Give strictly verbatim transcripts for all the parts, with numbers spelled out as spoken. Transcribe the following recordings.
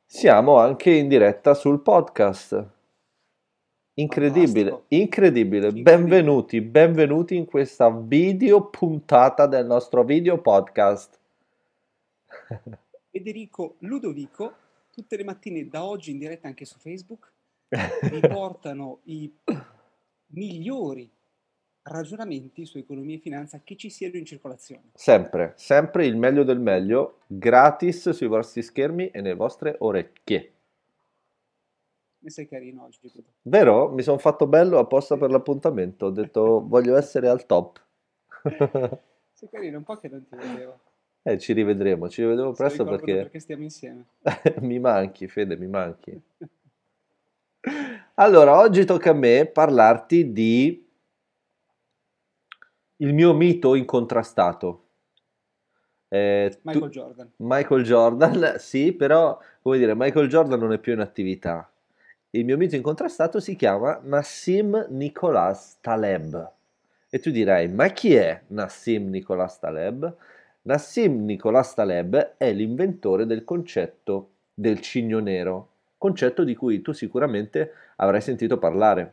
Siamo anche in diretta sul podcast. Incredibile, Fantastico, incredibile. incredibile. Benvenuti, benvenuti in questa video puntata del nostro video podcast. Federico Ludovico, tutte le mattine da oggi in diretta anche su Facebook, vi portano i migliori ragionamenti su economia e finanza che ci siano in circolazione. Sempre, sempre il meglio del meglio, gratis sui vostri schermi e nelle vostre orecchie. Ne sei carino oggi, Ludo. Vero? Mi sono fatto bello apposta Sì. per l'appuntamento. Ho detto voglio essere al top. Sei carino, un po' che non ti vedevo. Eh, ci rivedremo, ci rivedremo Adesso presto ricordo perché perché stiamo insieme. mi manchi, Fede, mi manchi. Allora, oggi tocca a me parlarti di il mio mito incontrastato. Eh, tu- Michael Jordan. Michael Jordan, sì, però, come dire, Michael Jordan non è più in attività. Il mio mito incontrastato si chiama Nassim Nicholas Taleb. E tu dirai, ma chi è Nassim Nicholas Taleb? Nassim Nicholas Taleb è l'inventore del concetto del cigno nero, concetto di cui tu sicuramente avrai sentito parlare.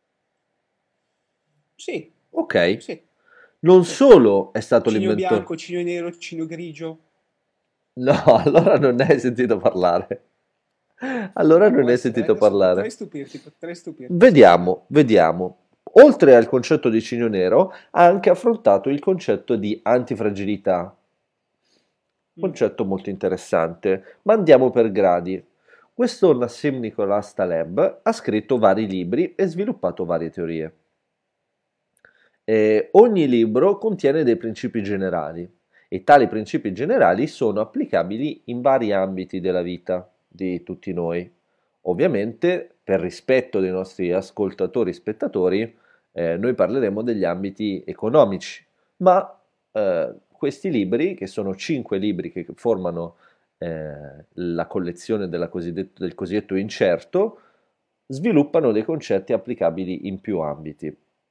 Sì, Ok, sì, non sì. solo è stato Cigno l'inventore. bianco, cigno nero, cigno grigio. No, allora non ne hai sentito parlare. Allora Ah, non può ne hai essere, eh? sentito Adesso potrei parlare. stupirti, potrei stupirti, sì. Vediamo, vediamo. Oltre al concetto di cigno nero, ha anche affrontato il concetto di antifragilità, Mm. concetto molto interessante, ma andiamo per gradi. Questo Nassim Nicholas Taleb ha scritto vari libri e sviluppato varie teorie. Eh, ogni libro contiene dei principi generali e tali principi generali sono applicabili in vari ambiti della vita di tutti noi. Ovviamente, per rispetto dei nostri ascoltatori e spettatori, eh, noi parleremo degli ambiti economici, ma eh, questi libri, che sono cinque libri che formano eh, la collezione della cosiddetto- del cosiddetto incerto, sviluppano dei concetti applicabili in più ambiti.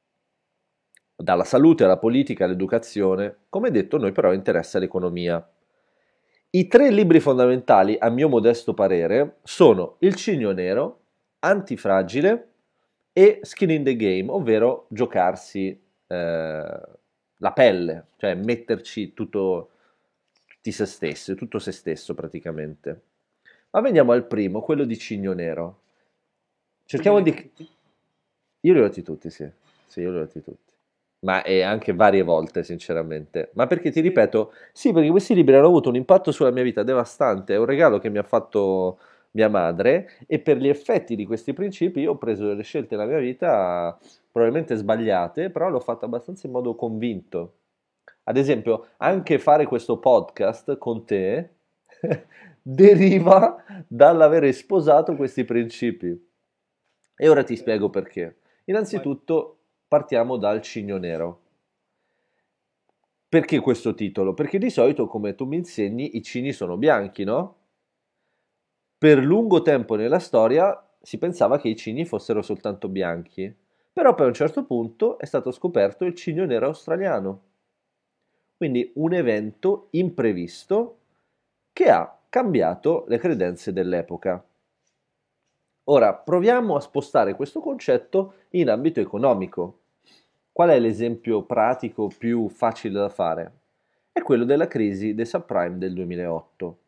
Dalla salute alla politica all'educazione, come detto, a noi però interessa l'economia. I tre libri fondamentali, a mio modesto parere, sono Il Cigno Nero, Antifragile e Skin in the Game, ovvero giocarsi eh, la pelle, cioè metterci tutto, tutti se stessi, tutto se stesso praticamente. Ma veniamo al primo, quello di Cigno Nero. Tu li hai Cerchiamo letti di... tutti? Io li ho letti tutti, sì. Sì, io li ho letti tutti. Ma e anche varie volte, sinceramente. Ma perché ti Sì. ripeto, sì, perché questi libri hanno avuto un impatto sulla mia vita devastante. È un regalo che mi ha fatto mia madre e per gli effetti di questi principi io ho preso delle scelte nella mia vita probabilmente sbagliate, però l'ho fatto abbastanza in modo convinto. Ad esempio, Mm. anche fare questo podcast con te deriva dall'avere sposato questi principi. E ora ti spiego Certo. perché. Vai. Innanzitutto partiamo dal Cigno Nero. Perché questo titolo? Perché di solito, come tu mi insegni, i cigni sono bianchi, no? Per lungo tempo nella storia si pensava che i cigni fossero soltanto bianchi, però poi a un certo punto è stato scoperto il cigno nero australiano. Quindi un evento imprevisto che ha cambiato le credenze dell'epoca. Ora proviamo a spostare questo concetto in ambito economico. Qual è l'esempio pratico più facile da fare? È quello della crisi dei subprime del duemilaotto.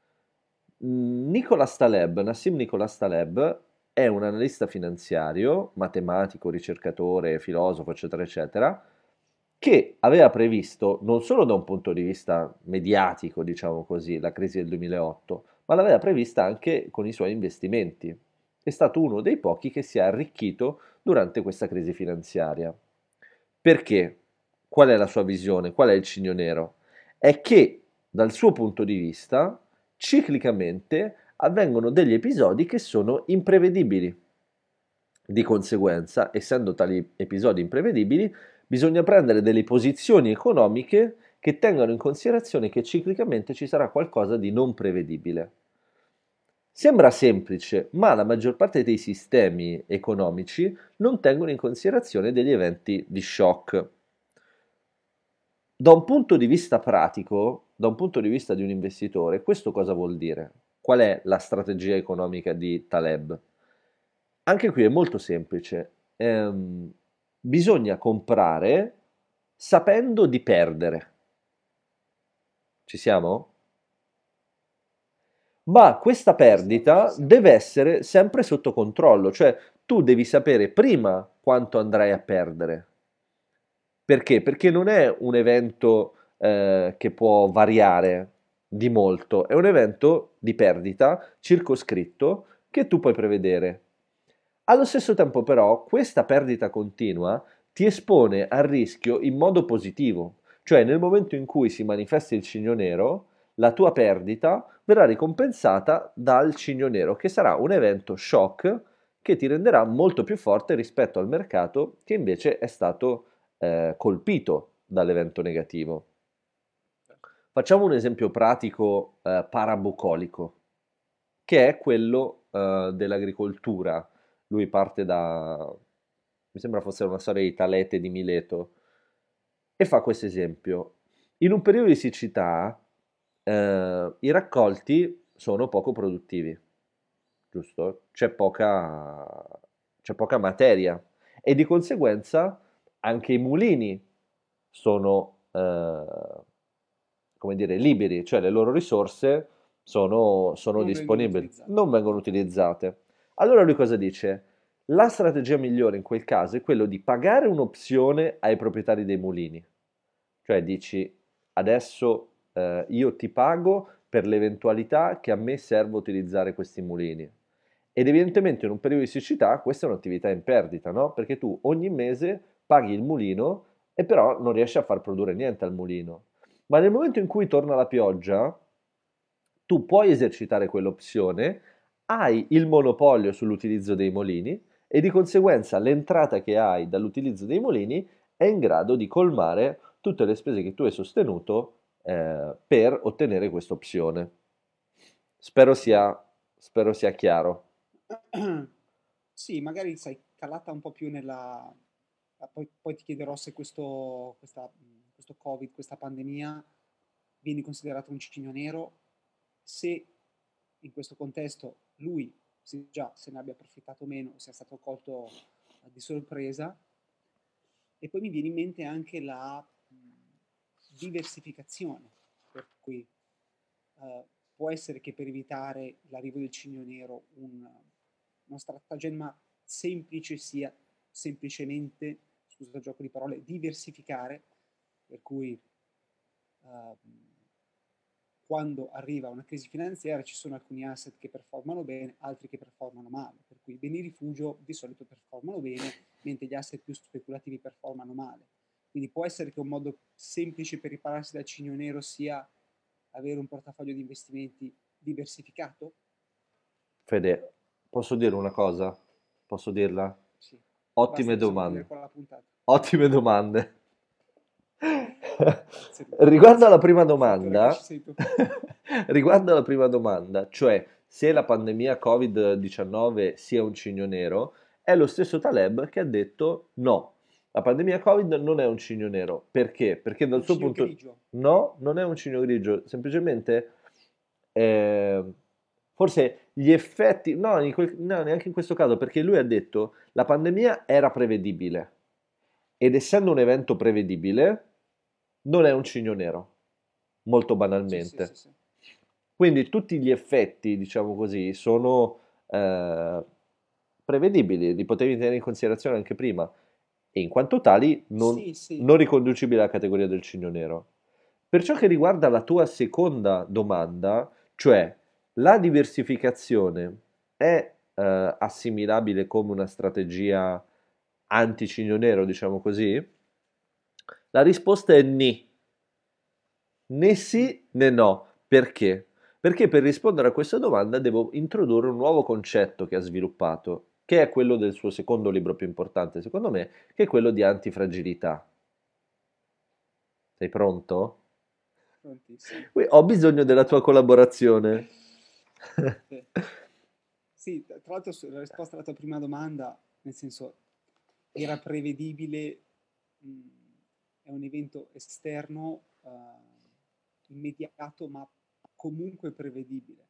Mm, Nicolas Taleb, Nassim Nicolas Taleb è un analista finanziario, matematico, ricercatore, filosofo, eccetera, eccetera, che aveva previsto, non solo da un punto di vista mediatico, diciamo così, la crisi del duemilaotto, ma l'aveva prevista anche con i suoi investimenti. È stato uno dei pochi che si è arricchito durante questa crisi finanziaria. Perché? Qual è la sua visione? Qual è il cigno nero? È che, dal suo punto di vista, ciclicamente avvengono degli episodi che sono imprevedibili. Di conseguenza, essendo tali episodi imprevedibili, bisogna prendere delle posizioni economiche che tengano in considerazione che ciclicamente ci sarà qualcosa di non prevedibile. Sembra semplice, ma la maggior parte dei sistemi economici non tengono in considerazione degli eventi di shock. Da un punto di vista pratico, da un punto di vista di un investitore, questo cosa vuol dire? qual è la strategia economica di Taleb? Anche qui è molto semplice. Ehm, bisogna comprare sapendo di perdere. Ci siamo? Ma questa Ci siamo, ci perdita siamo. deve essere sempre sotto controllo, cioè tu devi sapere prima quanto andrai a perdere. Perché? Perché non è un evento eh, che può variare di molto, è un evento di perdita circoscritto che tu puoi prevedere. Allo stesso tempo, però, questa perdita continua ti espone al rischio in modo positivo, cioè nel momento in cui si manifesta il cigno nero, la tua perdita verrà ricompensata dal cigno nero, che sarà un evento shock che ti renderà molto più forte rispetto al mercato che invece è stato eh, colpito dall'evento negativo. Facciamo un esempio pratico eh, parabucolico, che è quello eh, dell'agricoltura. Lui parte da, mi sembra fosse una storia di Talete di Mileto, e fa questo esempio. In un periodo di siccità eh, i raccolti sono poco produttivi, giusto? C'è poca, c'è poca materia e di conseguenza anche i mulini sono, eh, come dire, liberi, cioè le loro risorse sono, sono Non vengono disponibili, utilizzati. non vengono Ok. utilizzate. Allora lui cosa dice? La strategia migliore in quel caso è quello di pagare un'opzione ai proprietari dei mulini, cioè dici adesso eh, io ti pago per l'eventualità che a me serva utilizzare questi mulini. Ed evidentemente in un periodo di siccità questa è un'attività in perdita, no? Perché tu ogni mese paghi il mulino e però non riesci a far produrre niente al mulino. Ma nel momento in cui torna la pioggia, tu puoi esercitare quell'opzione, hai il monopolio sull'utilizzo dei mulini e di conseguenza l'entrata che hai dall'utilizzo dei mulini è in grado di colmare tutte le spese che tu hai sostenuto eh, per ottenere questa opzione. Spero Beh, sia, spero sia chiaro. sì, magari sai, calata un po' più nella... ah, Poi, poi ti chiederò se questo, questa, mh, questo Covid, questa pandemia, viene considerato un cigno nero, se in questo contesto lui se già se ne abbia approfittato o meno, sia stato colto eh, di sorpresa. E poi mi viene in mente anche la mh, diversificazione, per cui eh, può essere che per evitare l'arrivo del cigno nero un, uno stratagemma semplice sia semplicemente, scusa il gioco di parole, diversificare, per cui eh, quando arriva una crisi finanziaria ci sono alcuni asset che performano bene, altri che performano male, per cui i beni rifugio di solito performano bene, mentre gli asset più speculativi performano male. Quindi può essere che un modo semplice per ripararsi dal cigno nero sia avere un portafoglio di investimenti diversificato? Fede, posso dire una cosa? Posso dirla? Sì, basta, Ottime possiamo chiudere domande. qua la puntata. Ottime domande. Grazie Luca, Riguardo grazie. alla prima Fortuna che ci domanda, sei tu. riguardo alla prima domanda, cioè se la pandemia covid diciannove sia un cigno nero, è lo stesso Taleb che ha detto no, la pandemia Covid non è un cigno nero. Perché? Perché È dal un suo cigno punto... grigio. No, non è un cigno grigio, semplicemente eh, forse gli effetti... No, in quel- no, neanche in questo caso, perché lui ha detto la pandemia era prevedibile ed essendo un evento prevedibile non è un cigno nero, molto Sì, sì, sì, banalmente. sì. Quindi tutti gli effetti, diciamo così, sono eh, prevedibili, li potevi tenere in considerazione anche prima e in quanto tali non, Sì, sì. non riconducibili alla categoria del cigno nero. Per ciò che riguarda la tua seconda domanda, cioè la diversificazione è eh, assimilabile come una strategia anti-cigno nero, diciamo così? La risposta è ni. Né Mm. sì né no. Perché? Perché per rispondere a questa domanda devo introdurre un nuovo concetto che ha sviluppato, che è quello del suo secondo libro più importante, secondo me, che è quello di antifragilità. Sei pronto? Prontissimo. Qui ho bisogno della tua collaborazione. Sì. Sì, tra l'altro la risposta alla tua prima domanda, nel senso, era prevedibile, mh, è un evento esterno, eh, immediato, ma comunque prevedibile.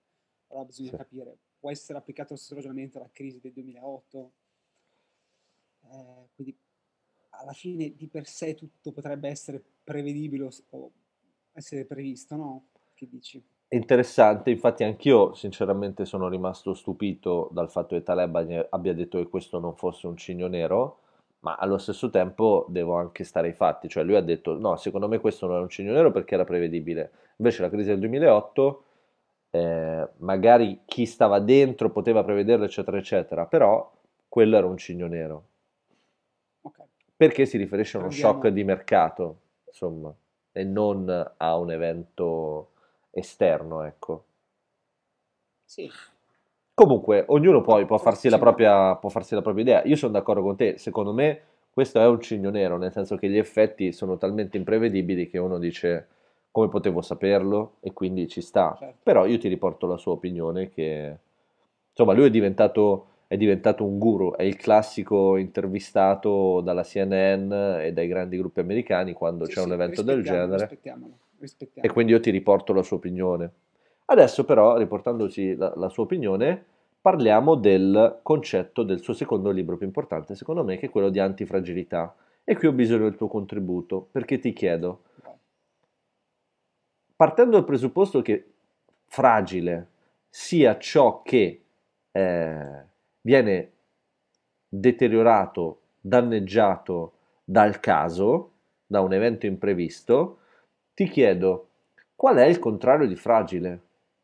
Allora bisogna Sì. capire, può essere applicato lo stesso ragionamento alla crisi del duemilaotto? Eh, quindi alla fine di per sé tutto potrebbe essere prevedibile o, s- o essere previsto, no? Che dici? Interessante, infatti anch'io sinceramente sono rimasto stupito dal fatto che Taleb abbia abbia detto che questo non fosse un cigno nero, ma allo stesso tempo devo anche stare ai fatti, cioè lui ha detto no, secondo me questo non è un cigno nero perché era prevedibile, invece la crisi del duemilaotto, eh, magari chi stava dentro poteva prevederlo eccetera eccetera, però quello era un cigno nero, Ok, perché si riferisce a uno shock prendiamo... di mercato, insomma, e non a un evento esterno, ecco. Sì, Comunque, ognuno va, poi può farsi la proseguiamo. propria, può farsi la propria idea. Io sono d'accordo con te, secondo me questo è un cigno nero, nel senso che gli effetti sono talmente imprevedibili che uno dice come potevo saperlo e quindi ci sta. Certo. Però io ti riporto la sua opinione che, insomma, lui è diventato, è diventato un guru, è il classico intervistato dalla C N N e dai grandi gruppi americani quando Sì, c'è un sì, evento del rispettiamolo, genere rispettiamolo, e rispettiamolo. quindi io ti riporto la sua opinione. Adesso però, riportandoci la, la sua opinione, parliamo del concetto del suo secondo libro più importante, secondo me, che è quello di antifragilità. E qui ho bisogno del tuo contributo, perché ti chiedo, Vai. partendo dal presupposto che fragile sia ciò che eh, viene deteriorato, danneggiato dal caso, da un evento imprevisto, ti chiedo qual è il contrario di fragile?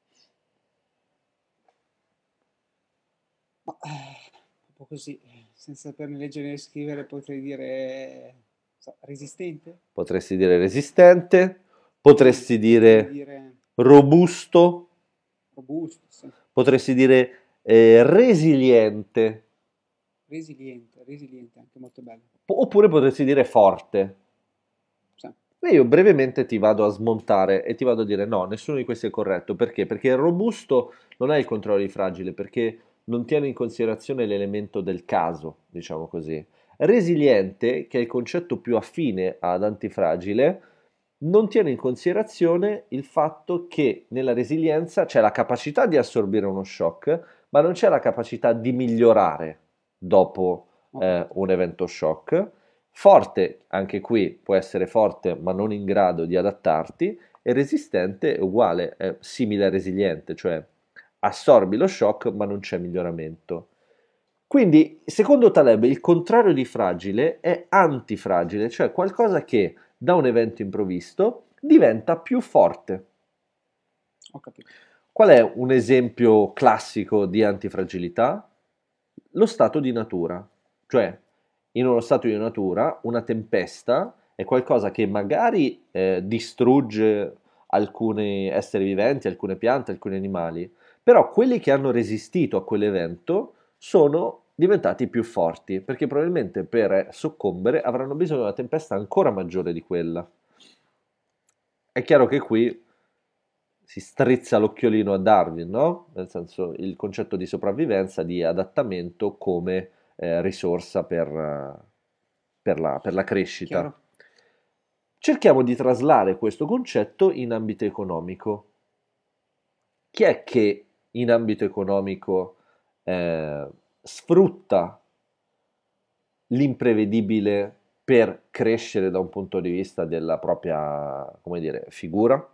Ma, eh, un po' così, eh, senza saperne leggere né scrivere, potrei dire so, resistente? Potresti dire resistente, Sì, potresti mi viene da dire dire robusto, robusto, sì. potresti dire eh, resiliente, Resiliente, resiliente, anche molto bello. oppure potresti dire forte. Sì, E io brevemente ti vado a smontare e ti vado a dire no, nessuno di questi è corretto. Perché? Perché il robusto non è il contrario di fragile, perché non tiene in considerazione l'elemento del caso, diciamo così. Resiliente, che è il concetto più affine ad antifragile, non tiene in considerazione il fatto che nella resilienza c'è la capacità di assorbire uno shock, ma non c'è la capacità di migliorare dopo ho eh, capito. un evento shock. Forte, anche qui può essere forte ma non in grado di adattarti, e resistente è uguale, è simile a resiliente, cioè assorbi lo shock ma non c'è miglioramento. Quindi, secondo Taleb, il contrario di fragile è antifragile, cioè qualcosa che da un evento improvvisto diventa più forte. Ho capito. Qual è un esempio classico di antifragilità? Lo stato di natura, cioè in uno stato di natura una tempesta è qualcosa che magari eh, distrugge alcuni esseri viventi, alcune piante, alcuni animali, però quelli che hanno resistito a quell'evento sono diventati più forti, perché probabilmente per soccombere avranno bisogno di una tempesta ancora maggiore di quella. È chiaro che qui si strizza l'occhiolino a Darwin, no? Nel senso il concetto di sopravvivenza, di adattamento come eh, risorsa per, eh, per la, per la crescita. Chiaro? Cerchiamo di traslare questo concetto in ambito economico. Chi è che in ambito economico eh, sfrutta l'imprevedibile per crescere da un punto di vista della propria, come dire, figura?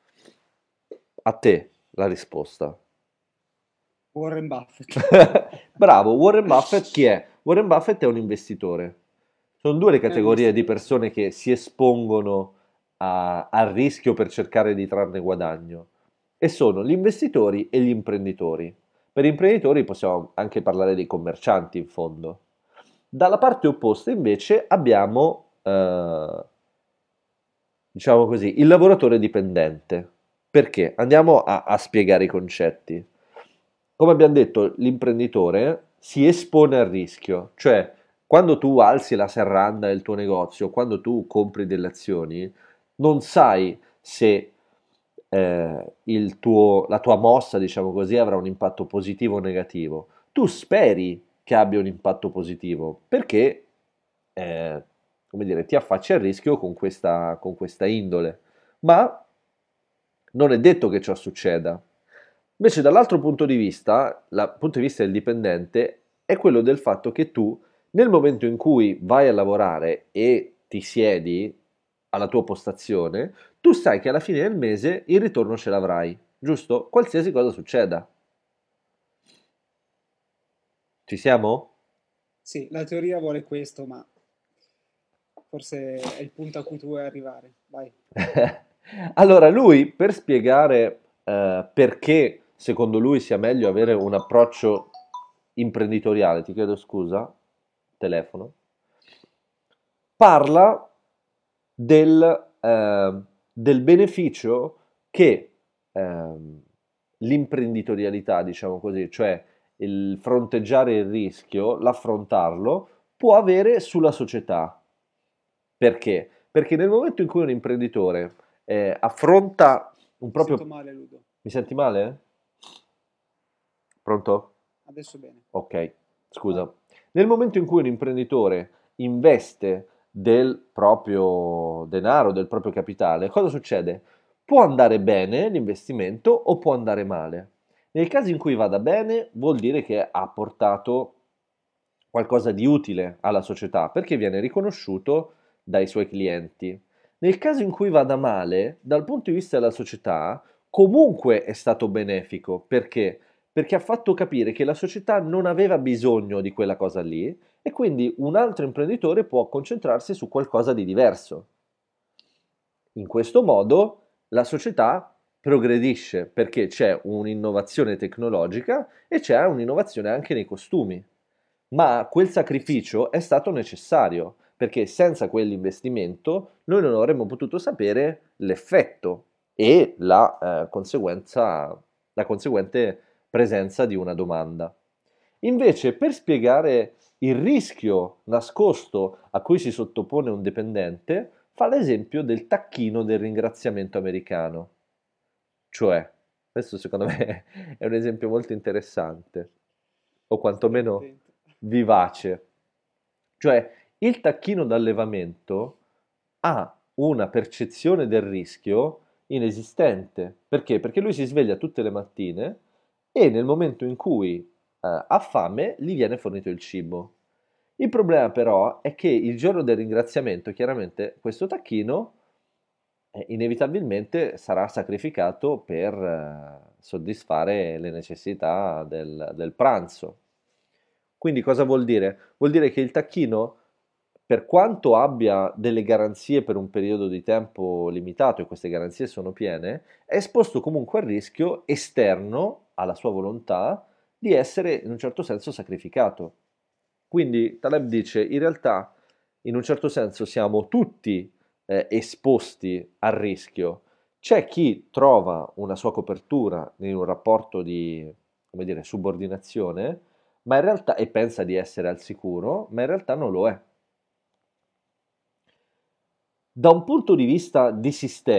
A te la risposta. Warren Buffett. Bravo, Warren Buffett chi è? Warren Buffett è un investitore. Sono due le È un categorie di investitore, sì. persone che si espongono a- al rischio per cercare di trarne guadagno e sono gli investitori e gli imprenditori. Per imprenditori possiamo anche parlare dei commercianti in fondo. Dalla parte opposta invece abbiamo, eh, diciamo così, il lavoratore dipendente. Perché? Andiamo a, a spiegare i concetti. Come abbiamo detto, l'imprenditore si espone al rischio, cioè quando tu alzi la serranda del tuo negozio, quando tu compri delle azioni, non sai se eh, il tuo- la tua mossa, diciamo così, avrà un impatto positivo o negativo. Tu speri che abbia un impatto positivo perché, eh, come dire, ti affacci al rischio con questa, con questa indole, ma non è detto che ciò succeda. Invece dall'altro punto di vista, il punto di vista del dipendente è quello del fatto che tu nel momento in cui vai a lavorare e ti siedi alla tua postazione, tu sai che alla fine del mese il ritorno ce l'avrai, giusto? Qualsiasi cosa succeda. Ci siamo? Sì, la teoria vuole questo, ma forse è il punto a cui tu vuoi arrivare. Vai. Allora, lui per spiegare eh, perché secondo lui sia meglio avere un approccio imprenditoriale, ti chiedo scusa, telefono, parla del, eh, del beneficio che ehm, l'imprenditorialità, diciamo così, cioè il fronteggiare il rischio, l'affrontarlo, può avere sulla società. Perché? Perché nel momento in cui un imprenditore eh, affronta un Ti sento proprio... male, Ludo. Mi senti male? Pronto? Adesso bene. Ok, Vai. scusa. Nel momento in cui un imprenditore investe del proprio denaro, del proprio capitale, cosa succede? Può andare bene l'investimento o può andare male. Nel caso in cui vada bene, vuol dire che ha portato qualcosa di utile alla società perché viene riconosciuto dai suoi clienti. Nel caso in cui vada male, dal punto di vista della società, comunque è stato benefico perché? Perché ha fatto capire che la società non aveva bisogno di quella cosa lì e quindi un altro imprenditore può concentrarsi su qualcosa di diverso. In questo modo la società progredisce perché c'è un'innovazione tecnologica e c'è un'innovazione anche nei costumi. Ma quel Sì. sacrificio è stato necessario perché senza quell'investimento noi non avremmo potuto sapere l'effetto e la, eh, conseguenza, la conseguente presenza di una domanda. Invece, per spiegare il rischio nascosto a cui si sottopone un dipendente, fa l'esempio del tacchino del ringraziamento americano. Cioè, questo secondo me è un esempio molto interessante, o Sto quantomeno divertendo. vivace. Cioè, il tacchino d'allevamento ha una percezione del rischio inesistente. Perché? Perché lui si sveglia tutte le mattine e nel momento in cui eh, ha fame gli viene fornito il cibo. Il problema però è che il giorno del ringraziamento, chiaramente, questo tacchino eh, inevitabilmente sarà sacrificato per eh, soddisfare le necessità del, del pranzo. Quindi cosa vuol dire? Vuol dire che il tacchino, per quanto abbia delle garanzie per un periodo di tempo limitato, e queste garanzie sono piene, è esposto comunque al rischio esterno alla sua volontà di essere in un certo senso sacrificato. Quindi Taleb dice, in realtà, in un certo senso siamo tutti eh, esposti al rischio. C'è chi trova una sua copertura in un rapporto di, come dire, subordinazione, ma in realtà e pensa di essere al sicuro, ma in realtà non lo è. Da un punto di vista di sistema,